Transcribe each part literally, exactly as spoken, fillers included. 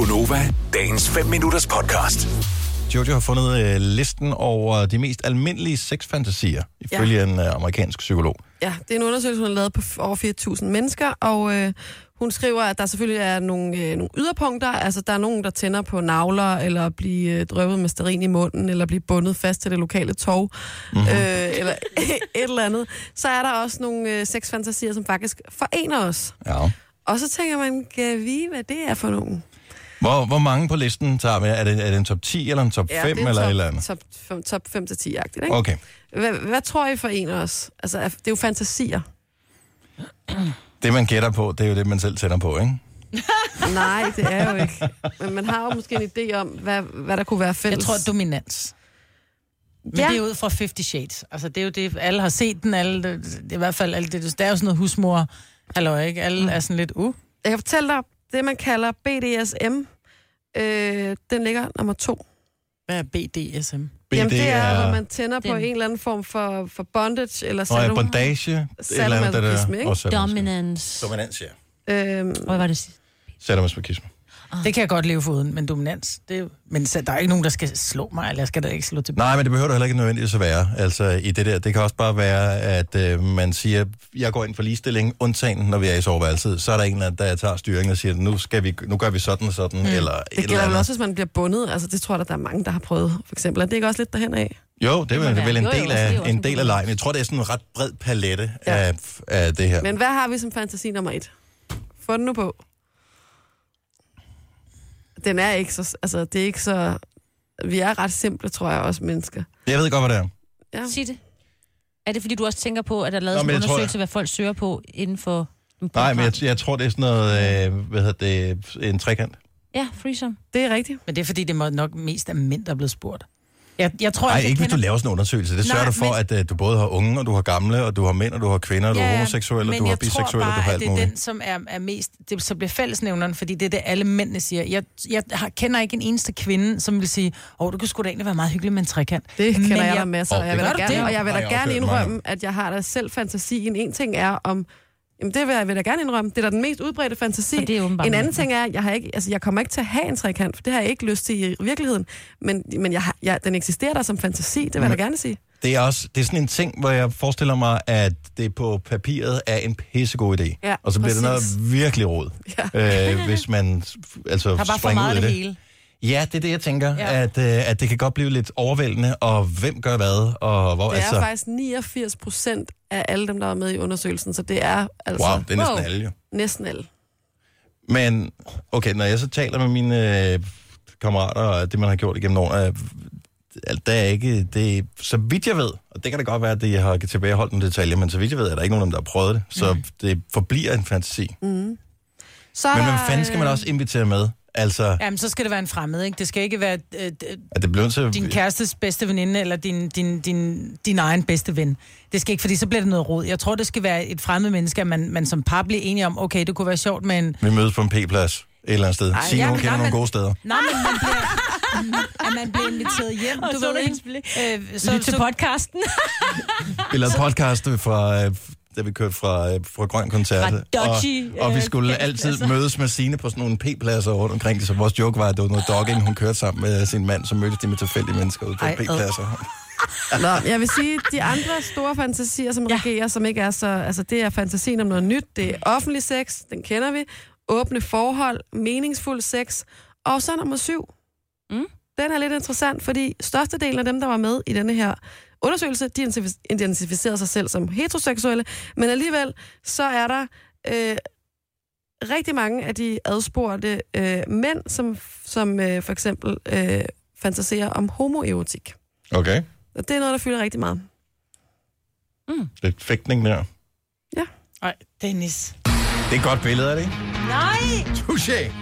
Gunova, dagens fem minutters podcast. Jojo har fundet øh, listen over de mest almindelige sexfantasier, ifølge ja. en øh, amerikansk psykolog. Ja, det er en undersøgelse, hun har lavet på over fire tusind mennesker, og øh, hun skriver, at der selvfølgelig er nogle, øh, nogle yderpunkter. Altså, der er nogen, der tænder på navler, eller blive øh, drøbet med stearin i munden, eller blive bundet fast til det lokale tog, mm-hmm. øh, eller et eller andet. Så er der også nogle øh, sexfantasier, som faktisk forener os. Ja. Og så tænker man, kan vi, hvad det er for nogen? Hvor, hvor mange på listen tager vi? Er det, er det en top ti eller en top Ja, fem det er eller top, et eller andet? Top, top, top fem til ti-agtigt, ikke? Okay. Hvad, hvad tror I forener os? Altså, det er jo fantasier. Det, man gætter på, det er jo det, man selv tænder på, ikke? Nej, det er jo ikke. Men man har jo måske en idé om, hvad, hvad der kunne være fælles. Jeg tror, dominans. Men ja. Det er ud fra Fifty Shades. Altså, det er jo det, alle har set den, alle, det, det er i hvert fald alt det, der er jo sådan noget husmor, halløj, ikke? Alle mm. er sådan lidt, uh. Jeg kan fortælle dig, det man kalder B D S M, øh, den ligger nummer to. Hvad er B D S M? B D Jamen, det er, er... hvor man tænder den. på en eller anden form for, for bondage, eller salom... Nå, ja, bondage, sadomasochisme, ikke? Dominance. Dominans, ja. Øhm, Hvad var det sidste? Sadomasochisme. Ah. Det kan jeg godt leve foruden, men dominans, det er, men så, der er ikke nogen, der skal slå mig, eller jeg skal da ikke slå tilbage. Nej, men det behøver du heller ikke nødvendigvis at være. Altså, i det der, det kan også bare være, at øh, man siger, jeg går ind for ligestilling, undtagen, når vi er i soveværelset. Så er der en eller anden, der tager styringen og siger, nu, skal vi, nu gør vi sådan og sådan, mm. eller et det gælder vel også, hvis man bliver bundet. Altså, det tror jeg, der er mange, der har prøvet, for eksempel. Er det ikke også lidt derhen af? Jo, det er vel, vel en, jo, jo, del af, en del af lejen. Jeg tror, det er sådan en ret bred palette ja. af, af det her. Men hvad har vi som fantasi nummer et? Få den nu på. Den er ikke så... Altså, det er ikke så... Vi er ret simple, tror jeg, også mennesker. Jeg ved godt, hvad det er. Ja. Sig det. Er det, fordi du også tænker på, at der er lavet Nå, en undersøgelse, tror, hvad folk søger på inden for... Nej, men jeg, jeg tror, det er sådan noget... Øh, hvad hedder det? En trekant. Ja, threesome. Det er rigtigt. Men det er, fordi det må nok mest af mænd, der er blevet spurgt. Jeg, jeg tror, Nej, jeg ikke kender... hvis du laver sådan en undersøgelse. Det sørger du for, men... at uh, du både har unge, og du har gamle, og du har mænd, og du har kvinder, og du ja, har homoseksuelle, og du har biseksuelle, og du har alt muligt. Men jeg tror bare, at det er den, som er, er mest... Det så bliver fællesnævneren, fordi det er det, alle mændene siger. Jeg, jeg har, kender ikke en eneste kvinde, som vil sige, åh, oh, du kan sgu da egentlig være meget hyggelig med en trekant. Det kender men jeg, jeg der masser, oh, og jeg vil da gerne, det? og jeg vil da Nej, gerne okay, indrømme, at jeg har da selv fantasien. En ting er om... Jamen, det vil jeg, vil jeg da gerne indrømme. Det er da den mest udbredte fantasi. Og det er åbenbart en anden ting er, at jeg, har ikke, altså, jeg kommer ikke til at have en trekant, for det har jeg ikke lyst til i virkeligheden. Men, men jeg har, jeg, den eksisterer der som fantasi, det vil jeg da gerne sige. Det er også det er sådan en ting, hvor jeg forestiller mig, at det på papiret er en pissegod idé. Ja, og så bliver præcis. det noget virkelig rod, Ja. øh, hvis man altså, har bare for springer ud meget i det det. hele. Ja, det er det, jeg tænker, Ja. at, øh, at det kan godt blive lidt overvældende, og hvem gør hvad, og hvor Det er altså... faktisk niogfirs procent af alle dem, der er med i undersøgelsen, så det er altså... Wow, det er næsten wow, alle jo. Næsten alle. Men, okay, når jeg så taler med mine øh, kammerater, og det, man har gjort igennem årene, øh, der er ikke, det, så vidt jeg ved, og det kan da godt være, at jeg har tilbageholdt nogle detaljer, men så vidt jeg ved, er der ikke nogen af dem, der har prøvet det, så mm. det forbliver en fantasi. Mm. Så Men der, hvem fanden skal man også invitere med? Altså, Jamen, så skal det være en fremmed, ikke? Det skal ikke være øh, er det blevet til... din kærestes bedste veninde, eller din, din, din, din egen bedste ven. Det skal ikke, fordi så bliver det noget rod. Jeg tror, det skal være et fremmed menneske, at man, man som par bliver enige om, okay, det kunne være sjovt med en... Vi mødes på en P-plads et eller andet sted. Signe, hun kender nogle gode steder. Nej, men man bliver... at man bliver inviteret hjem, du ved ikke? Øh, Så lyt til podcasten. Vi lavede podcast fra... Øh, da vi kørte fra, fra Grøn Koncert. Fra dodgy, og, og vi øh, skulle altid mødes med Signe på sådan nogle P-pladser rundt omkring. Så vores joke var, at det var noget dogging, hun kørte sammen med sin mand, så mødtes de med tilfældige mennesker ude på Ej, P-pladser. Nå, jeg vil sige, de andre store fantasier, som ja. regerer, som ikke er så... Altså, det er fantasien om noget nyt. Det er offentlig sex, den kender vi. Åbne forhold, meningsfuld sex. Og så nummer syv. Mm. Den er lidt interessant, fordi størstedelen af dem, der var med i denne her undersøgelse, de identificerer sig selv som heteroseksuelle, men alligevel så er der øh, rigtig mange af de adspurgte øh, mænd, som, som øh, for eksempel øh, fantaserer om homoerotik. Okay. Og det er noget, der fylder rigtig meget. Mm. Lidt fægtning der. Ja. Nej, Dennis. Det er et godt billede, er det ikke? Nej! Touché!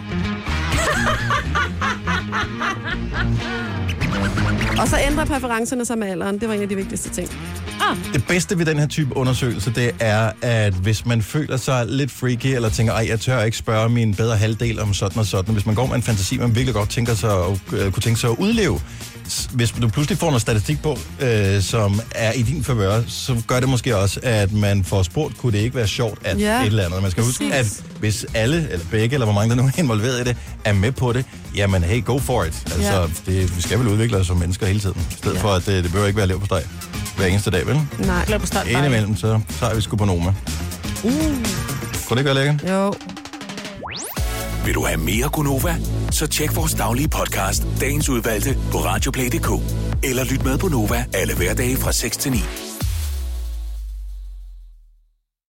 Og så ændrer præferencerne sig med alderen. Det var en af de vigtigste ting. Ah. Det bedste ved den her type undersøgelse, det er, at hvis man føler sig lidt freaky, eller tænker, ej, jeg tør ikke spørge min bedre halvdel om sådan og sådan. Hvis man går med en fantasi, man virkelig godt tænker sig at, uh, kunne tænke sig at udleve, s- hvis du pludselig får noget statistik på, øh, som er i din favør, så gør det måske også, at man får spurgt, kunne det ikke være sjovt, at Ja, et eller andet. Man skal huske, præcis. at hvis alle, eller begge, eller hvor mange der nu er involveret i det, er med på det, jamen hey, go for it. Altså, Ja. det, vi skal vel udvikle os som mennesker hele tiden, i stedet Ja. for, at det, det behøver ikke være lev på steg hver eneste dag, vel? Nej. Lad på start. Indimellem, så tager vi sgu på Noma. Uh. Kunne det ikke være lækkert? Jo. Vil du have mere Gunova? Så tjek vores daglige podcast, dagens udvalgte, på radioplay punktum d k. Eller lyt med på Nova alle hverdage fra seks til ni.